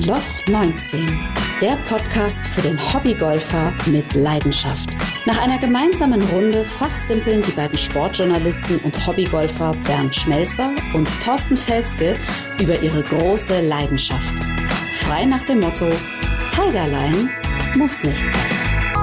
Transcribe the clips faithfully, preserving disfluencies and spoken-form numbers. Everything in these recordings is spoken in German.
Loch neunzehn, der Podcast für den Hobbygolfer mit Leidenschaft. Nach einer gemeinsamen Runde fachsimpeln die beiden Sportjournalisten und Hobbygolfer Bernd Schmelzer und Thorsten Felske über ihre große Leidenschaft. Frei nach dem Motto: Tigerline muss nicht sein.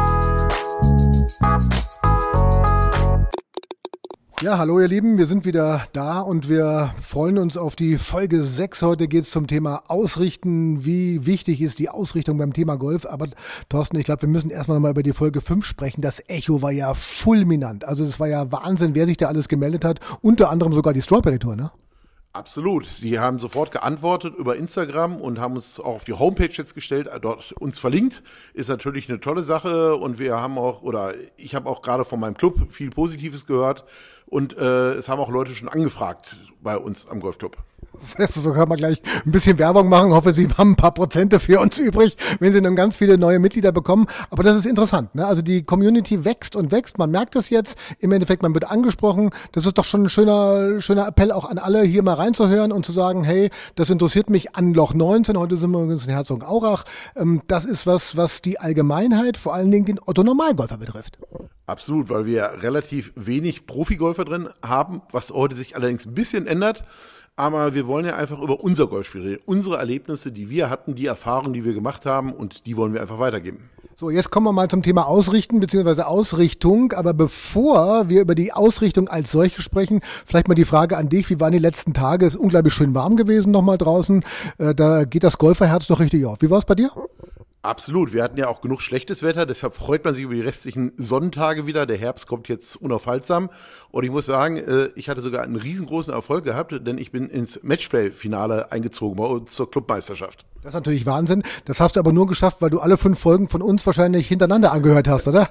Ja, hallo ihr Lieben, wir sind wieder da und wir freuen uns auf die Folge sechs. Heute geht es zum Thema Ausrichten. Wie wichtig ist die Ausrichtung beim Thema Golf? Aber Thorsten, ich glaube, wir müssen erstmal nochmal über die Folge fünf sprechen. Das Echo war ja fulminant. Also es war ja Wahnsinn, wer sich da alles gemeldet hat. Unter anderem sogar die Strawberry Tour, ne? Absolut. Die haben sofort geantwortet über Instagram und haben uns auch auf die Homepage jetzt gestellt, dort uns verlinkt. Ist natürlich eine tolle Sache und wir haben auch, oder ich habe auch gerade von meinem Club viel Positives gehört und äh, es haben auch Leute schon angefragt bei uns am Golfclub. Das heißt, so können wir gleich ein bisschen Werbung machen. Ich hoffe, Sie haben ein paar Prozente für uns übrig, wenn Sie dann ganz viele neue Mitglieder bekommen. Aber das ist interessant, ne? Also die Community wächst und wächst. Man merkt das jetzt. Im Endeffekt, man wird angesprochen. Das ist doch schon ein schöner, schöner Appell auch an alle, hier mal reinzuhören und zu sagen, hey, das interessiert mich an Loch neunzehn. Heute sind wir übrigens in Herzogenaurach. Das ist was, was die Allgemeinheit, vor allen Dingen den Otto-Normalgolfer betrifft. Absolut, weil wir relativ wenig Profigolfer drin haben, was heute sich allerdings ein bisschen ändert. Aber wir wollen ja einfach über unser Golfspiel reden, unsere Erlebnisse, die wir hatten, die Erfahrungen, die wir gemacht haben und die wollen wir einfach weitergeben. So, jetzt kommen wir mal zum Thema Ausrichten bzw. Ausrichtung. Aber bevor wir über die Ausrichtung als solche sprechen, vielleicht mal die Frage an dich, wie waren die letzten Tage? Es ist unglaublich schön warm gewesen nochmal draußen. Äh, da geht das Golferherz doch richtig auf. Wie war es bei dir? Absolut. Wir hatten ja auch genug schlechtes Wetter, deshalb freut man sich über die restlichen Sonnentage wieder. Der Herbst kommt jetzt unaufhaltsam. Und ich muss sagen, ich hatte sogar einen riesengroßen Erfolg gehabt, denn ich bin ins Matchplay-Finale eingezogen bei uns zur Clubmeisterschaft. Das ist natürlich Wahnsinn. Das hast du aber nur geschafft, weil du alle fünf Folgen von uns wahrscheinlich hintereinander angehört hast, oder?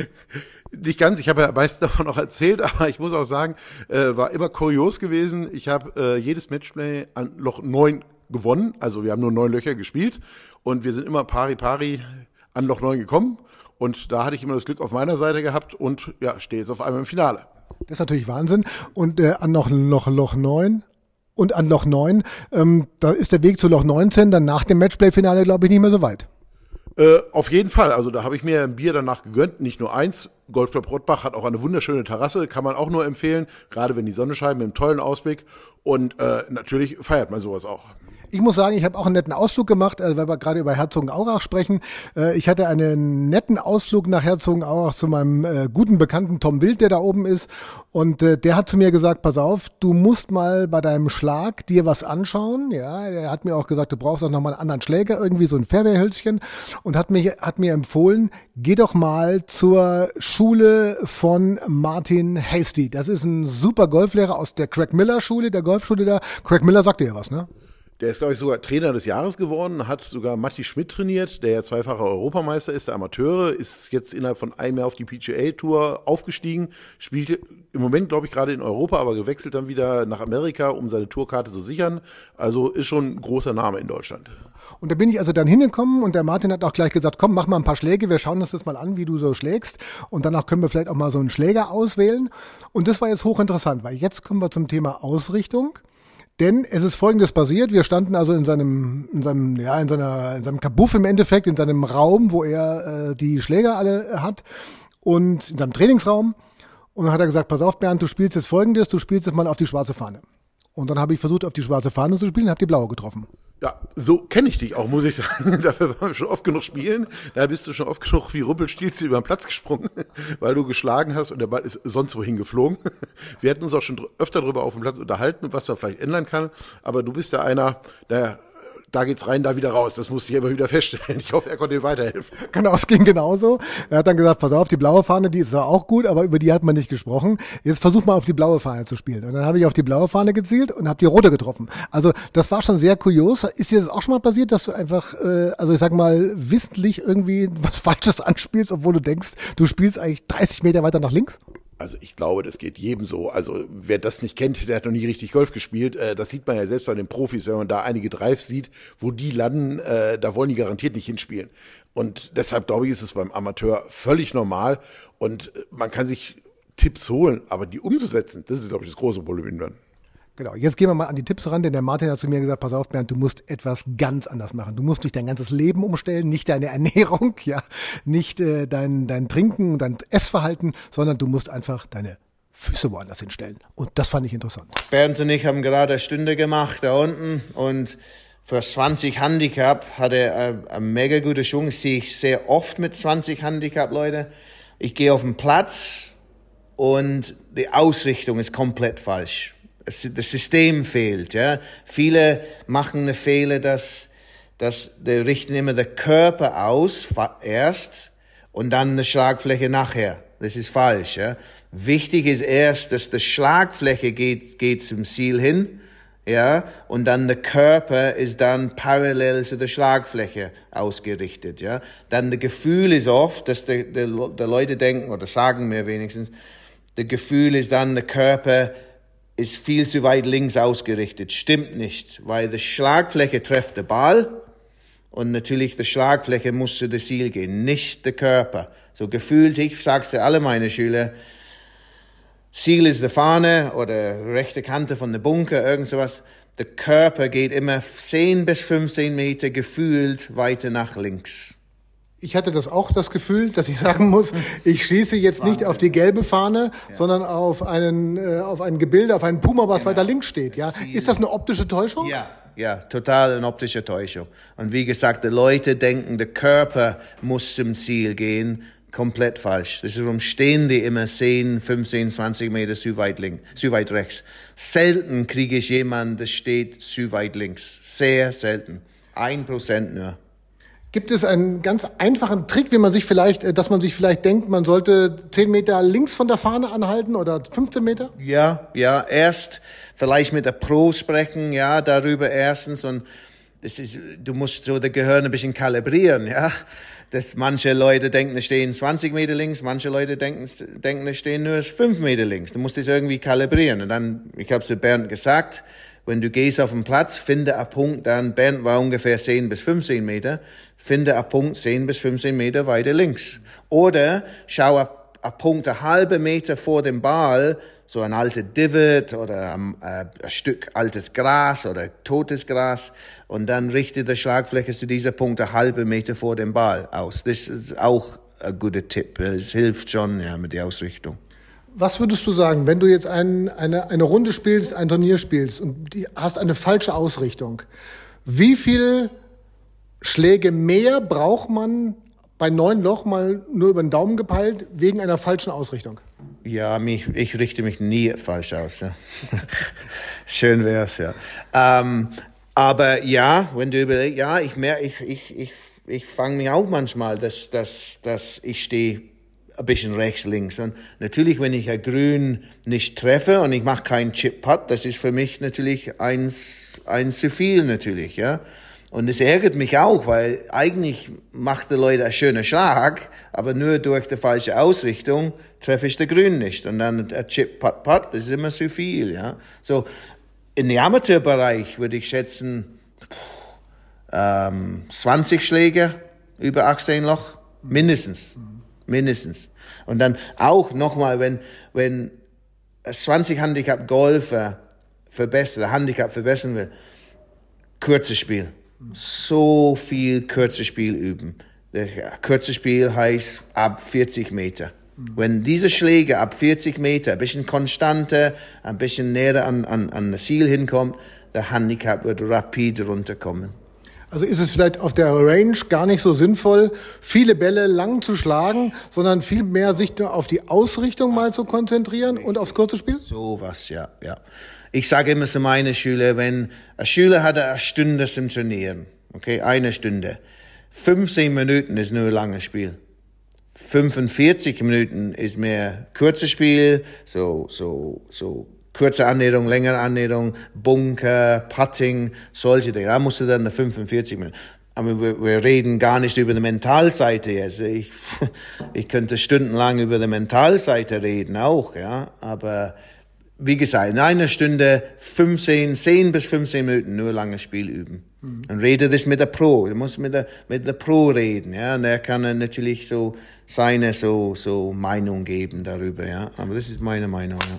Nicht ganz, ich habe ja meist davon auch erzählt, aber ich muss auch sagen, äh, war immer kurios gewesen. Ich habe äh, jedes Matchplay an Loch neun gewonnen, also wir haben nur neun Löcher gespielt und wir sind immer pari pari an Loch neun gekommen und da hatte ich immer das Glück auf meiner Seite gehabt und ja, stehe jetzt auf einmal im Finale. Das ist natürlich Wahnsinn und äh, an noch, noch Loch neun und an Loch neun, ähm, da ist der Weg zu Loch neunzehn dann nach dem Matchplay-Finale, glaube ich, nicht mehr so weit. Äh, auf jeden Fall, also da habe ich mir ein Bier danach gegönnt, nicht nur eins. Golfclub Rottbach hat auch eine wunderschöne Terrasse, kann man auch nur empfehlen, gerade wenn die Sonne scheint mit einem tollen Ausblick und äh, natürlich feiert man sowas auch. Ich muss sagen, ich habe auch einen netten Ausflug gemacht, also weil wir gerade über Herzogenaurach sprechen. Äh, ich hatte einen netten Ausflug nach Herzogenaurach zu meinem äh, guten Bekannten Tom Wild, der da oben ist. Und äh, der hat zu mir gesagt, pass auf, du musst mal bei deinem Schlag dir was anschauen. Ja, er hat mir auch gesagt, du brauchst auch nochmal einen anderen Schläger, irgendwie so ein Fairway-Hölzchen. Und hat mich, hat mir empfohlen, geh doch mal zur Schule von Martin Hasty. Das ist ein super Golflehrer aus der Craig Miller Schule, der Golfschule da. Craig Miller sagt dir ja was, ne? Der ist, glaube ich, sogar Trainer des Jahres geworden, hat sogar Matti Schmidt trainiert, der ja zweifacher Europameister ist, der Amateure, ist jetzt innerhalb von einem Jahr auf die P G A-Tour aufgestiegen, spielt im Moment, glaube ich, gerade in Europa, aber gewechselt dann wieder nach Amerika, um seine Tourkarte zu sichern. Also ist schon ein großer Name in Deutschland. Und da bin ich also dann hingekommen und der Martin hat auch gleich gesagt, komm, mach mal ein paar Schläge, wir schauen uns das mal an, wie du so schlägst und danach können wir vielleicht auch mal so einen Schläger auswählen. Und das war jetzt hochinteressant, weil jetzt kommen wir zum Thema Ausrichtung. Denn es ist Folgendes passiert, wir standen also in seinem, in seinem, ja, in seiner, in seinem Kabuff im Endeffekt, in seinem Raum, wo er äh, die Schläger alle hat und in seinem Trainingsraum. Und dann hat er gesagt, pass auf Bernd, du spielst jetzt Folgendes, du spielst jetzt mal auf die schwarze Fahne. Und dann habe ich versucht, auf die schwarze Fahne zu spielen und habe die blaue getroffen. Ja, so kenne ich dich auch, muss ich sagen. Dafür waren wir schon oft genug spielen. Da bist du schon oft genug wie Rumpelstilzchen über den Platz gesprungen, weil du geschlagen hast und der Ball ist sonst wohin geflogen. Wir hatten uns auch schon öfter darüber auf dem Platz unterhalten, was man vielleicht ändern kann. Aber du bist ja einer, der... Da geht's rein, da wieder raus. Das musste ich aber wieder feststellen. Ich hoffe, er konnte dir weiterhelfen. Genau, es ging genauso. Er hat dann gesagt, pass auf, die blaue Fahne, die ist zwar auch gut, aber über die hat man nicht gesprochen. Jetzt versuch mal auf die blaue Fahne zu spielen. Und dann habe ich auf die blaue Fahne gezielt und habe die rote getroffen. Also das war schon sehr kurios. Ist dir das auch schon mal passiert, dass du einfach, äh, also ich sag mal, wissentlich irgendwie was Falsches anspielst, obwohl du denkst, du spielst eigentlich dreißig Meter weiter nach links? Also ich glaube, das geht jedem so. Also wer das nicht kennt, der hat noch nie richtig Golf gespielt. Äh, das sieht man ja selbst bei den Profis, wenn man da einige Drives sieht, wo die landen, äh, da wollen die garantiert nicht hinspielen. Und deshalb glaube ich, ist es beim Amateur völlig normal und man kann sich Tipps holen, aber die umzusetzen, das ist, glaube ich, das große Problem dann. Genau, jetzt gehen wir mal an die Tipps ran, denn der Martin hat zu mir gesagt, pass auf Bernd, du musst etwas ganz anders machen. Du musst nicht dein ganzes Leben umstellen, nicht deine Ernährung, ja, nicht äh, dein, dein Trinken, dein Essverhalten, sondern du musst einfach deine Füße woanders hinstellen. Und das fand ich interessant. Bernd und ich haben gerade eine Stunde gemacht da unten und für zwanzig Handicap hatte er eine, eine mega gute Schwung. Das sehe ich sehr oft mit zwanzig Handicap, Leute. Ich gehe auf den Platz und die Ausrichtung ist komplett falsch. Das System fehlt, ja. Viele machen eine Fehler, dass, dass die richten immer den Körper aus erst und dann eine Schlagfläche nachher. Das ist falsch, ja. Wichtig ist erst, dass die Schlagfläche geht, geht zum Ziel hin, ja, und dann der Körper ist dann parallel zu der Schlagfläche ausgerichtet, ja. Dann das Gefühl ist oft, dass die, die, die Leute denken, oder sagen mir wenigstens, das Gefühl ist dann, der Körper ist viel zu weit links ausgerichtet. Stimmt nicht, weil die Schlagfläche trifft den Ball und natürlich die Schlagfläche muss zu dem Ziel gehen, nicht der Körper. So gefühlt, ich sag's dir alle meine Schüler, Ziel ist die Fahne oder rechte Kante von der Bunker, irgend sowas. Der Körper geht immer zehn bis fünfzehn Meter gefühlt weiter nach links. Ich hatte das auch, das Gefühl, dass ich sagen muss, ich schieße jetzt Wahnsinn. Nicht auf die gelbe Fahne, ja. sondern auf einen, äh, auf ein Gebilde, auf einen Puma, was genau. weiter links steht. Ja, ist das eine optische Täuschung? Ja, ja, total eine optische Täuschung. Und wie gesagt, die Leute denken, der Körper muss zum Ziel gehen. Komplett falsch. Deswegen stehen die immer zehn, fünfzehn, zwanzig Meter zu weit links, zu weit rechts. Selten kriege ich jemanden, der steht zu weit links. Sehr selten. Ein Prozent nur. Gibt es einen ganz einfachen Trick, wie man sich vielleicht, dass man sich vielleicht denkt, man sollte zehn Meter links von der Fahne anhalten oder fünfzehn Meter? Ja, ja, erst vielleicht mit der Pro sprechen, ja, darüber erstens und das ist, du musst so das Gehirn ein bisschen kalibrieren, ja. Dass manche Leute denken, es stehen zwanzig Meter links, manche Leute denken, denken, es stehen nur fünf Meter links. Du musst das irgendwie kalibrieren. Und dann, ich habe es zu Bernd gesagt, wenn du gehst auf den Platz, finde einen Punkt, dann, Bernd war ungefähr zehn bis fünfzehn Meter, finde einen Punkt zehn bis fünfzehn Meter weiter links. Oder schau einen Punkt einen halben Meter vor dem Ball, so ein alter Divot oder ein, äh, ein Stück altes Gras oder totes Gras und dann richte die Schlagfläche zu dieser Punkt einen halben Meter vor dem Ball aus. Das ist auch ein guter Tipp. Es hilft schon, ja, mit der Ausrichtung. Was würdest du sagen, wenn du jetzt ein, eine, eine Runde spielst, ein Turnier spielst und die, hast eine falsche Ausrichtung? Wie viel Schläge mehr braucht man bei neun Loch mal nur über den Daumen gepeilt wegen einer falschen Ausrichtung? Ja, mich, ich richte mich nie falsch aus. Ja. Schön wär's, ja. Ähm, aber ja, wenn du überlegst, ja, ich merke, ich, ich, ich, ich fange mich auch manchmal, dass, dass, dass ich stehe ein bisschen rechts, links. Und natürlich, wenn ich ein Grün nicht treffe und ich mache keinen Chip-Putt, das ist für mich natürlich eins, eins zu viel natürlich, ja. Und es ärgert mich auch, weil eigentlich macht der Leute einen schönen Schlag, aber nur durch die falsche Ausrichtung treffe ich den Grün nicht. Und dann ein Chip, Putt, Putt, das ist immer zu viel, ja. So, in dem Amateurbereich würde ich schätzen, ähm, zwanzig Schläge über achtzehn Loch, mindestens, mindestens. Und dann auch nochmal, wenn, wenn zwanzig Handicap Golfer verbessern, Handicap verbessern will, kurzes Spiel. So viel kurzes Spiel üben. Das kurze Spiel heißt ab vierzig Meter. Wenn diese Schläge ab vierzig Meter ein bisschen konstanter, ein bisschen näher an, an, an das Ziel hinkommt, der Handicap wird rapide runterkommen. Also ist es vielleicht auf der Range gar nicht so sinnvoll, viele Bälle lang zu schlagen, sondern viel mehr sich auf die Ausrichtung mal zu konzentrieren und aufs kurze Spiel? So was, ja, ja. Ich sage immer zu meinen Schülern, wenn ein Schüler hat eine Stunde zum Trainieren, okay, eine Stunde, fünfzehn Minuten ist nur ein langes Spiel. fünfundvierzig Minuten ist mehr kurzes Spiel, so, so, so, kurze Annäherung, längere Annäherung, Bunker, Putting, solche Dinge. Da musst du dann fünfundvierzig Minuten. Aber wir, wir reden gar nicht über die Mentalseite jetzt. Ich, ich könnte stundenlang über die Mentalseite reden auch, ja. Aber wie gesagt, in einer Stunde fünfzehn, zehn bis fünfzehn Minuten nur langes Spiel üben. Mhm. Und rede das mit der Pro. Du musst mit der, mit der Pro reden, ja. Und er kann natürlich so seine so, so Meinung geben darüber, ja. Aber das ist meine Meinung, ja.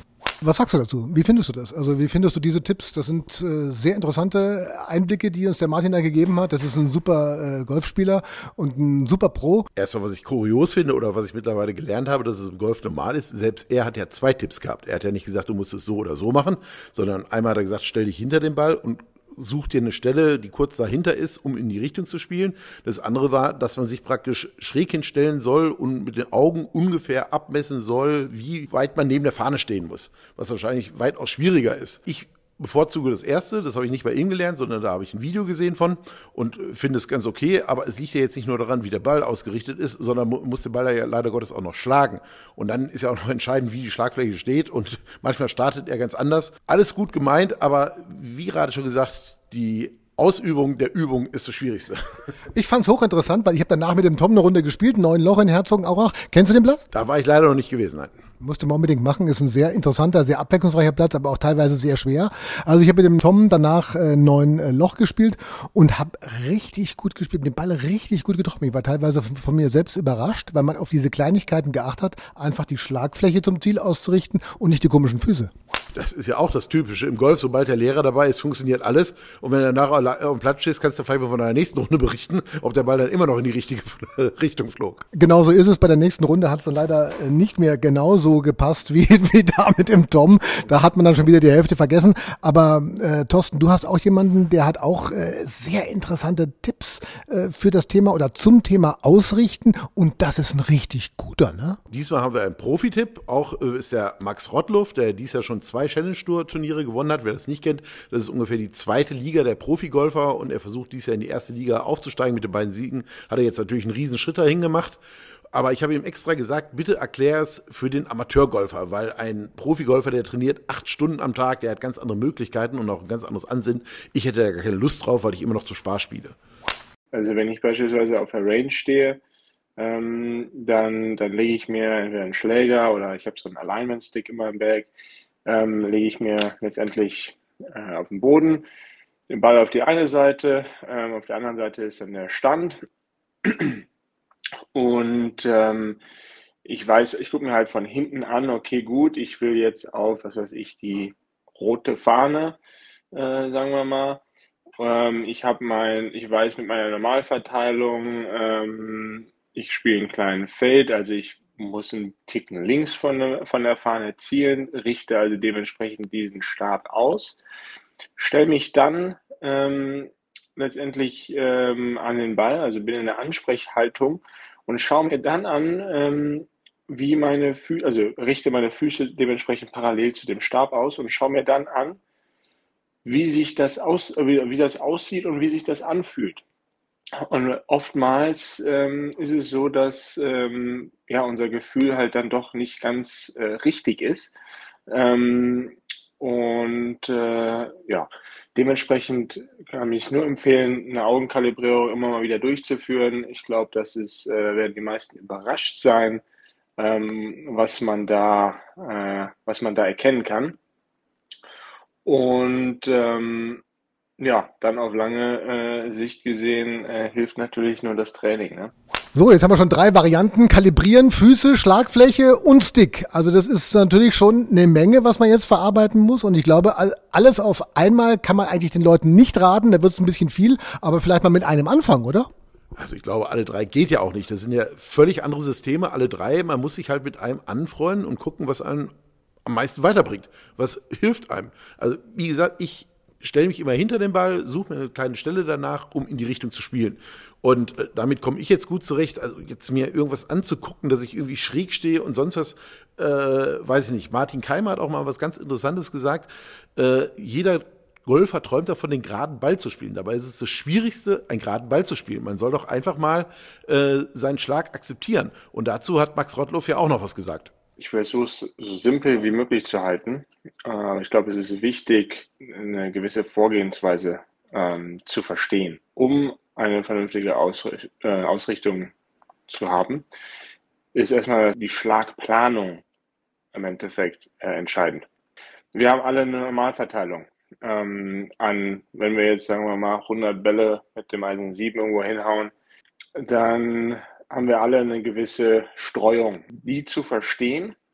Was sagst du dazu? Wie findest du das? Also wie findest du diese Tipps? Das sind äh, sehr interessante Einblicke, die uns der Martin da gegeben hat. Das ist ein super äh, Golfspieler und ein super Pro. Erstmal, was ich kurios finde oder was ich mittlerweile gelernt habe, dass es im Golf normal ist. Selbst er hat ja zwei Tipps gehabt. Er hat ja nicht gesagt, du musst es so oder so machen, sondern einmal hat er gesagt, stell dich hinter den Ball und such dir eine Stelle, die kurz dahinter ist, um in die Richtung zu spielen. Das andere war, dass man sich praktisch schräg hinstellen soll und mit den Augen ungefähr abmessen soll, wie weit man neben der Fahne stehen muss, was wahrscheinlich weitaus schwieriger ist. Ich bevorzuge das Erste, das habe ich nicht bei ihm gelernt, sondern da habe ich ein Video gesehen von und finde es ganz okay, aber es liegt ja jetzt nicht nur daran, wie der Ball ausgerichtet ist, sondern mu- muss der Ball ja leider Gottes auch noch schlagen. Und dann ist ja auch noch entscheidend, wie die Schlagfläche steht und manchmal startet er ganz anders. Alles gut gemeint, aber wie gerade schon gesagt, die Ausübung der Übung ist das Schwierigste. Ich fand's hochinteressant, weil ich habe danach mit dem Tom eine Runde gespielt, neun Loch in Herzogenaurach. Kennst du den Platz? Da war ich leider noch nicht gewesen, nein. Musste man unbedingt machen, ist ein sehr interessanter, sehr abwechslungsreicher Platz, aber auch teilweise sehr schwer. Also ich habe mit dem Tom danach äh, neun äh, Loch gespielt und habe richtig gut gespielt, den Ball richtig gut getroffen. Ich war teilweise von, von mir selbst überrascht, weil man auf diese Kleinigkeiten geachtet hat, einfach die Schlagfläche zum Ziel auszurichten und nicht die komischen Füße. Das ist ja auch das Typische im Golf. Sobald der Lehrer dabei ist, funktioniert alles. Und wenn du danach auf dem Platz stehst, kannst du vielleicht mal von deiner nächsten Runde berichten, ob der Ball dann immer noch in die richtige Richtung flog. Genauso ist es. Bei der nächsten Runde hat es dann leider nicht mehr genauso gepasst wie, wie da mit dem Tom. Da hat man dann schon wieder die Hälfte vergessen. Aber äh, Thorsten, du hast auch jemanden, der hat auch äh, sehr interessante Tipps äh, für das Thema oder zum Thema Ausrichten. Und das ist ein richtig guter, ne? Diesmal haben wir einen Profi-Tipp. Auch äh, ist der Max Rottluff, der dies Jahr schon zwei Challenge-Tour-Turniere gewonnen hat. Wer das nicht kennt, das ist ungefähr die zweite Liga der Profigolfer und er versucht dies Jahr in die erste Liga aufzusteigen mit den beiden Siegen. Hat er jetzt natürlich einen riesen Schritt dahin gemacht. Aber ich habe ihm extra gesagt, bitte erklär es für den Amateurgolfer, weil ein Profigolfer, der trainiert acht Stunden am Tag, der hat ganz andere Möglichkeiten und auch ein ganz anderes Ansinnen. Ich hätte da gar keine Lust drauf, weil ich immer noch zu Spaß spiele. Also wenn ich beispielsweise auf der Range stehe, ähm, dann, dann lege ich mir entweder einen Schläger oder ich habe so einen Alignment-Stick in meinem Bag, ähm, lege ich mir letztendlich äh, auf den Boden, den Ball auf die eine Seite, ähm, auf der anderen Seite ist dann der Stand und ähm, ich weiß, ich gucke mir halt von hinten an, okay, gut, ich will jetzt auf, was weiß ich, die rote Fahne, äh, sagen wir mal. Ähm, ich habe mein, ich weiß mit meiner Normalverteilung, ähm, ich spiele einen kleinen Fade, also ich muss einen Ticken links von der, von der Fahne zielen, richte also dementsprechend diesen Stab aus, stelle mich dann ähm, letztendlich ähm, an den Ball, also bin in der Ansprechhaltung und schaue mir dann an, ähm, wie meine Füße, also richte meine Füße dementsprechend parallel zu dem Stab aus und schaue mir dann an, wie sich das aus, wie, wie das aussieht und wie sich das anfühlt. Und oftmals ähm, ist es so, dass ähm, ja unser Gefühl halt dann doch nicht ganz äh, richtig ist. Ähm, und äh, ja, dementsprechend kann ich nur empfehlen, eine Augenkalibrierung immer mal wieder durchzuführen. Ich glaube, das ist, äh, werden die meisten überrascht sein, ähm, was man da, äh, was man da erkennen kann. Und ähm, ja, dann auf lange äh, Sicht gesehen äh, hilft natürlich nur das Training, ne? So, jetzt haben wir schon drei Varianten. Kalibrieren, Füße, Schlagfläche und Stick. Also das ist natürlich schon eine Menge, was man jetzt verarbeiten muss. Und ich glaube, alles auf einmal kann man eigentlich den Leuten nicht raten. Da wird es ein bisschen viel, aber vielleicht mal mit einem anfangen, oder? Also ich glaube, alle drei geht ja auch nicht. Das sind ja völlig andere Systeme, alle drei. Man muss sich halt mit einem anfreunden und gucken, was einem am meisten weiterbringt. Was hilft einem? Also wie gesagt, ich stelle mich immer hinter den Ball, suche mir eine kleine Stelle danach, um in die Richtung zu spielen. Und äh, damit komme ich jetzt gut zurecht. Also jetzt mir irgendwas anzugucken, dass ich irgendwie schräg stehe und sonst was, äh, weiß ich nicht. Martin Keimer hat auch mal was ganz Interessantes gesagt. Äh, jeder Golfer träumt davon, den geraden Ball zu spielen. Dabei ist es das Schwierigste, einen geraden Ball zu spielen. Man soll doch einfach mal äh, seinen Schlag akzeptieren. Und dazu hat Max Rottluff ja auch noch was gesagt. Ich versuche es so simpel wie möglich zu halten. Äh, ich glaube, es ist wichtig, eine gewisse Vorgehensweise ähm, zu verstehen, um eine vernünftige Ausricht- äh, Ausrichtung zu haben, ist erstmal die Schlagplanung im Endeffekt äh, entscheidend. Wir haben alle eine Normalverteilung. Ähm, an, wenn wir jetzt, sagen wir mal, hundert Bälle mit dem Eisen sieben irgendwo hinhauen, dann haben wir alle eine gewisse Streuung. Die zu verstehen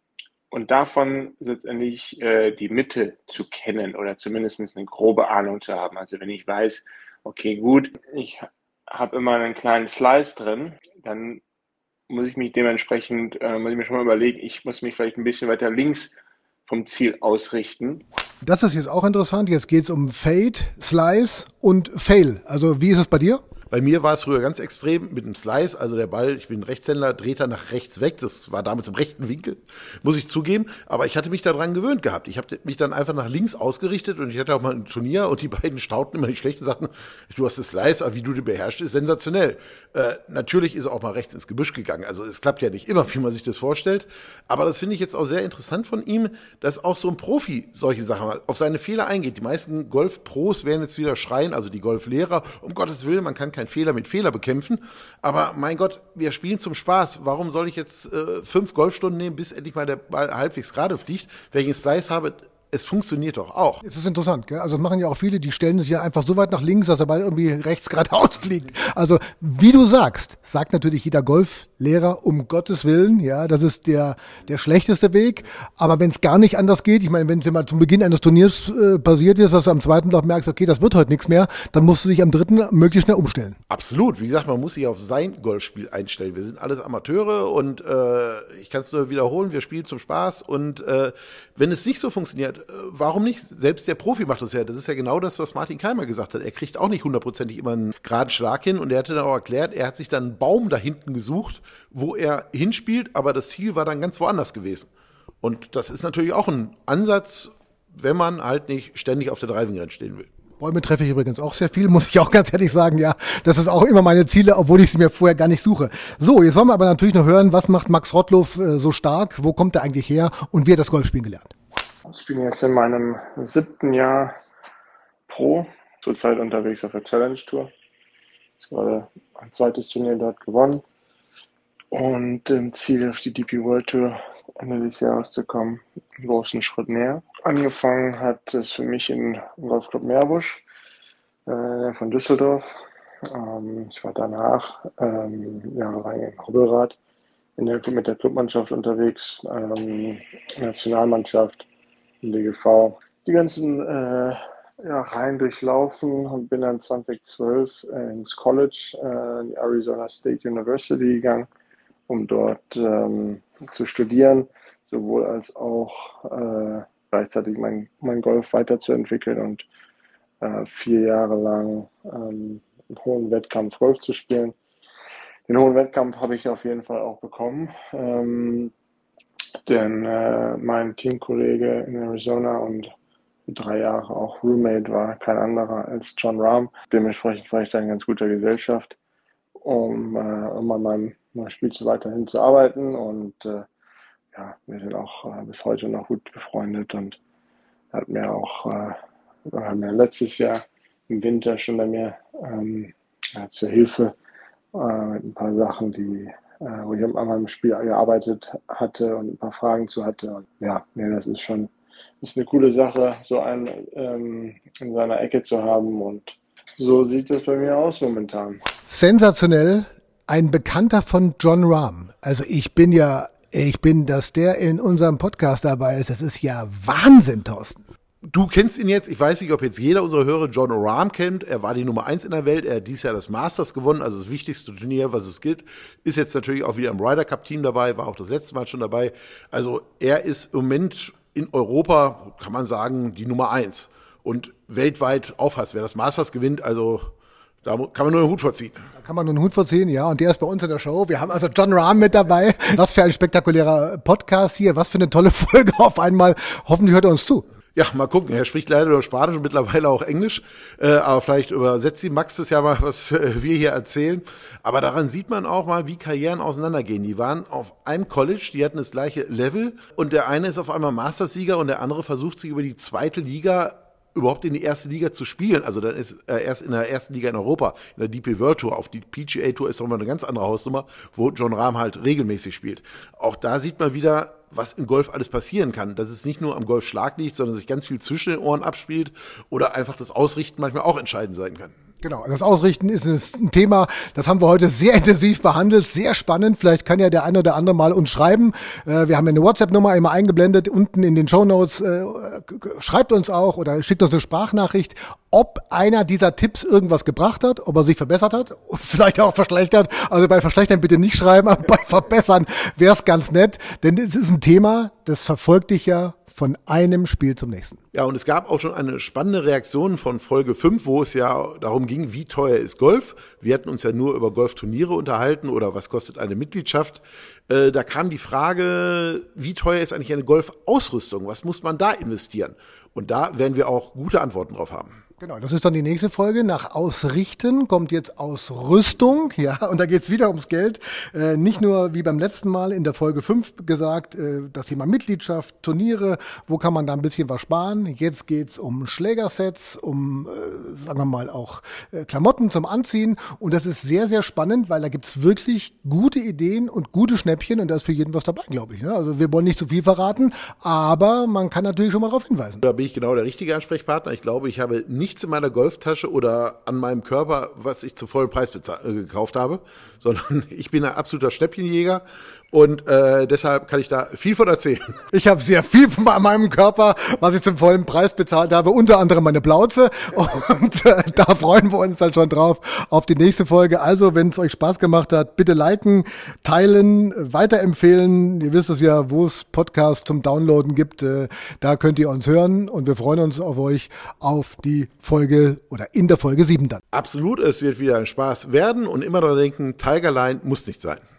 und davon letztendlich äh, die Mitte zu kennen oder zumindest eine grobe Ahnung zu haben. Also wenn ich weiß, okay, gut, ich habe immer einen kleinen Slice drin, dann muss ich mich dementsprechend, äh, muss ich mir schon mal überlegen, ich muss mich vielleicht ein bisschen weiter links vom Ziel ausrichten. Das ist jetzt auch interessant. Jetzt geht es um Fade, Slice und Fail. Also wie ist es bei dir? Bei mir war es früher ganz extrem mit dem Slice, also der Ball, ich bin Rechtshänder, dreht er nach rechts weg, das war damals im rechten Winkel, muss ich zugeben, aber ich hatte mich daran gewöhnt gehabt. Ich habe mich dann einfach nach links ausgerichtet und ich hatte auch mal ein Turnier und die beiden staunten immer nicht schlecht und sagten, du hast das Slice, aber wie du den beherrschst, ist sensationell. Äh, natürlich ist er auch mal rechts ins Gebüsch gegangen, also es klappt ja nicht immer, wie man sich das vorstellt, aber das finde ich jetzt auch sehr interessant von ihm, dass auch so ein Profi solche Sachen auf seine Fehler eingeht. Die meisten Golfpros werden jetzt wieder schreien, also die Golflehrer, um Gottes Willen, man kann keinen Fehler mit Fehler bekämpfen. Aber mein Gott, wir spielen zum Spaß. Warum soll ich jetzt äh, fünf Golfstunden nehmen, bis endlich mal der Ball halbwegs gerade fliegt? Wenn ich einen Slice habe, es funktioniert doch auch. Es ist interessant, gell? Also das machen ja auch viele, die stellen sich ja einfach so weit nach links, dass der Ball irgendwie rechts geradeaus fliegt. Also wie du sagst, sagt natürlich jeder Golflehrer, um Gottes Willen, ja, das ist der der schlechteste Weg. Aber wenn es gar nicht anders geht, ich meine, wenn es ja mal zum Beginn eines Turniers äh, passiert ist, dass du am zweiten Tag merkst, okay, das wird heute nichts mehr, dann musst du dich am dritten möglichst schnell umstellen. Absolut. Wie gesagt, man muss sich auf sein Golfspiel einstellen. Wir sind alles Amateure und äh, ich kann es nur wiederholen, wir spielen zum Spaß und äh, wenn es nicht so funktioniert, warum nicht? Selbst der Profi macht das ja. Das ist ja genau das, was Martin Keimer gesagt hat. Er kriegt auch nicht hundertprozentig immer einen geraden Schlag hin. Und er hatte dann auch erklärt, er hat sich dann einen Baum da hinten gesucht, wo er hinspielt, aber das Ziel war dann ganz woanders gewesen. Und das ist natürlich auch ein Ansatz, wenn man halt nicht ständig auf der Driving Range stehen will. Bäume treffe ich übrigens auch sehr viel, muss ich auch ganz ehrlich sagen, ja. Das ist auch immer meine Ziele, obwohl ich sie mir vorher gar nicht suche. So, jetzt wollen wir aber natürlich noch hören, was macht Max Rottluff äh, so stark? Wo kommt er eigentlich her? Und wie hat das Golfspielen gelernt? Ich bin jetzt in meinem siebten Jahr Pro, zurzeit unterwegs auf der Challenge Tour. Jetzt gerade ein zweites Turnier dort gewonnen und im Ziel auf die D P World Tour Ende des Jahres zu kommen, einen großen Schritt näher. Angefangen hat es für mich in im Golfclub Meerbusch äh, von Düsseldorf. Ähm, ich war danach ähm, jahrelang in Hobbelrath in der, mit der Clubmannschaft unterwegs, ähm, Nationalmannschaft, D G V, die ganzen äh, ja, Reihen durchlaufen und bin dann zweitausendzwölf äh, ins College, äh, in die Arizona State University gegangen, um dort ähm, zu studieren, sowohl als auch äh, gleichzeitig mein, mein Golf weiterzuentwickeln und äh, vier Jahre lang ähm, einen hohen Wettkampf Golf zu spielen. Den hohen Wettkampf habe ich auf jeden Fall auch bekommen. Ähm, Denn äh, mein Teamkollege in Arizona und drei Jahre auch Roommate war kein anderer als Jon Rahm. Dementsprechend war ich da in ganz guter Gesellschaft, um, äh, um an meinem, meinem Spiel zu weiterhin zu arbeiten. Und äh, ja, wir sind auch äh, bis heute noch gut befreundet und hat mir auch äh, hat mir letztes Jahr im Winter schon bei mir ähm, ja, zur Hilfe äh, mit ein paar Sachen, die wo ich an meinem Spiel gearbeitet hatte und ein paar Fragen zu hatte. Und ja, nee, das ist schon ist eine coole Sache, so einen ähm, in seiner Ecke zu haben. Und so sieht das bei mir aus momentan. Sensationell. Ein Bekannter von Jon Rahm. Also ich bin ja, ich bin, dass der in unserem Podcast dabei ist. Das ist ja Wahnsinn, Thorsten. Du kennst ihn jetzt, ich weiß nicht, ob jetzt jeder unserer Hörer Jon Rahm kennt. Er war die Nummer eins in der Welt. Er hat dieses Jahr das Masters gewonnen, also das wichtigste Turnier, was es gilt. Ist jetzt natürlich auch wieder im Ryder Cup Team dabei, war auch das letzte Mal schon dabei. Also er ist im Moment in Europa, kann man sagen, die Nummer eins. Und weltweit auffasst, wer das Masters gewinnt, also da kann man nur einen Hut vorziehen. Da kann man nur einen Hut vorziehen, ja. Und der ist bei uns in der Show. Wir haben also Jon Rahm mit dabei. Was für ein spektakulärer Podcast hier. Was für eine tolle Folge auf einmal. Hoffentlich hört er uns zu. Ja, mal gucken. Er spricht leider nur Spanisch und mittlerweile auch Englisch. Äh, aber vielleicht übersetzt die Max das ja mal, was äh, wir hier erzählen. Aber daran sieht man auch mal, wie Karrieren auseinandergehen. Die waren auf einem College, die hatten das gleiche Level. Und der eine ist auf einmal Mastersieger und der andere versucht sich über die zweite Liga überhaupt in die erste Liga zu spielen. Also dann ist er erst in der ersten Liga in Europa, in der D P World Tour. Auf die P G A Tour ist nochmal eine ganz andere Hausnummer, wo Jon Rahm halt regelmäßig spielt. Auch da sieht man wieder, was im Golf alles passieren kann. Dass es nicht nur am Golfschlag liegt, sondern sich ganz viel zwischen den Ohren abspielt oder einfach das Ausrichten manchmal auch entscheidend sein kann. Genau, das Ausrichten ist ein Thema, das haben wir heute sehr intensiv behandelt, sehr spannend. Vielleicht kann ja der eine oder andere mal uns schreiben. Wir haben eine WhatsApp-Nummer immer eingeblendet, unten in den Shownotes. Schreibt uns auch oder schickt uns eine Sprachnachricht, ob einer dieser Tipps irgendwas gebracht hat, ob er sich verbessert hat, vielleicht auch verschlechtert. Also bei Verschlechtern bitte nicht schreiben, aber bei Verbessern wäre es ganz nett, denn es ist ein Thema, das verfolgt dich ja von einem Spiel zum nächsten. Ja, und es gab auch schon eine spannende Reaktion von Folge fünf, wo es ja darum ging, wie teuer ist Golf. Wir hatten uns ja nur über Golfturniere unterhalten oder was kostet eine Mitgliedschaft. Äh, da kam die Frage, wie teuer ist eigentlich eine Golfausrüstung? Was muss man da investieren? Und da werden wir auch gute Antworten drauf haben. Genau, das ist dann die nächste Folge. Nach Ausrichten kommt jetzt Ausrüstung, ja, und da geht's wieder ums Geld. Äh, nicht nur wie beim letzten Mal in der Folge fünf gesagt, äh, das Thema Mitgliedschaft, Turniere, wo kann man da ein bisschen was sparen. Jetzt geht's um Schlägersets, um, äh, sagen wir mal, auch äh, Klamotten zum Anziehen. Und das ist sehr, sehr spannend, weil da gibt's wirklich gute Ideen und gute Schnäppchen und da ist für jeden was dabei, glaube ich. Ne? Also wir wollen nicht zu viel verraten, aber man kann natürlich schon mal darauf hinweisen. Da bin ich genau der richtige Ansprechpartner. Ich glaube, ich habe nicht nichts in meiner Golftasche oder an meinem Körper, was ich zu vollem Preis bezahl- äh, gekauft habe, sondern ich bin ein absoluter Schnäppchenjäger und äh, deshalb kann ich da viel von erzählen. Ich habe sehr viel von meinem Körper, was ich zum vollen Preis bezahlt habe, unter anderem meine Plauze und äh, da freuen wir uns dann schon drauf auf die nächste Folge. Also, wenn es euch Spaß gemacht hat, bitte liken, teilen, weiterempfehlen. Ihr wisst es ja, wo es Podcasts zum Downloaden gibt, äh, da könnt ihr uns hören und wir freuen uns auf euch auf die Folge oder in der Folge sieben dann. Absolut, es wird wieder ein Spaß werden und immer daran denken, Tigerline muss nicht sein.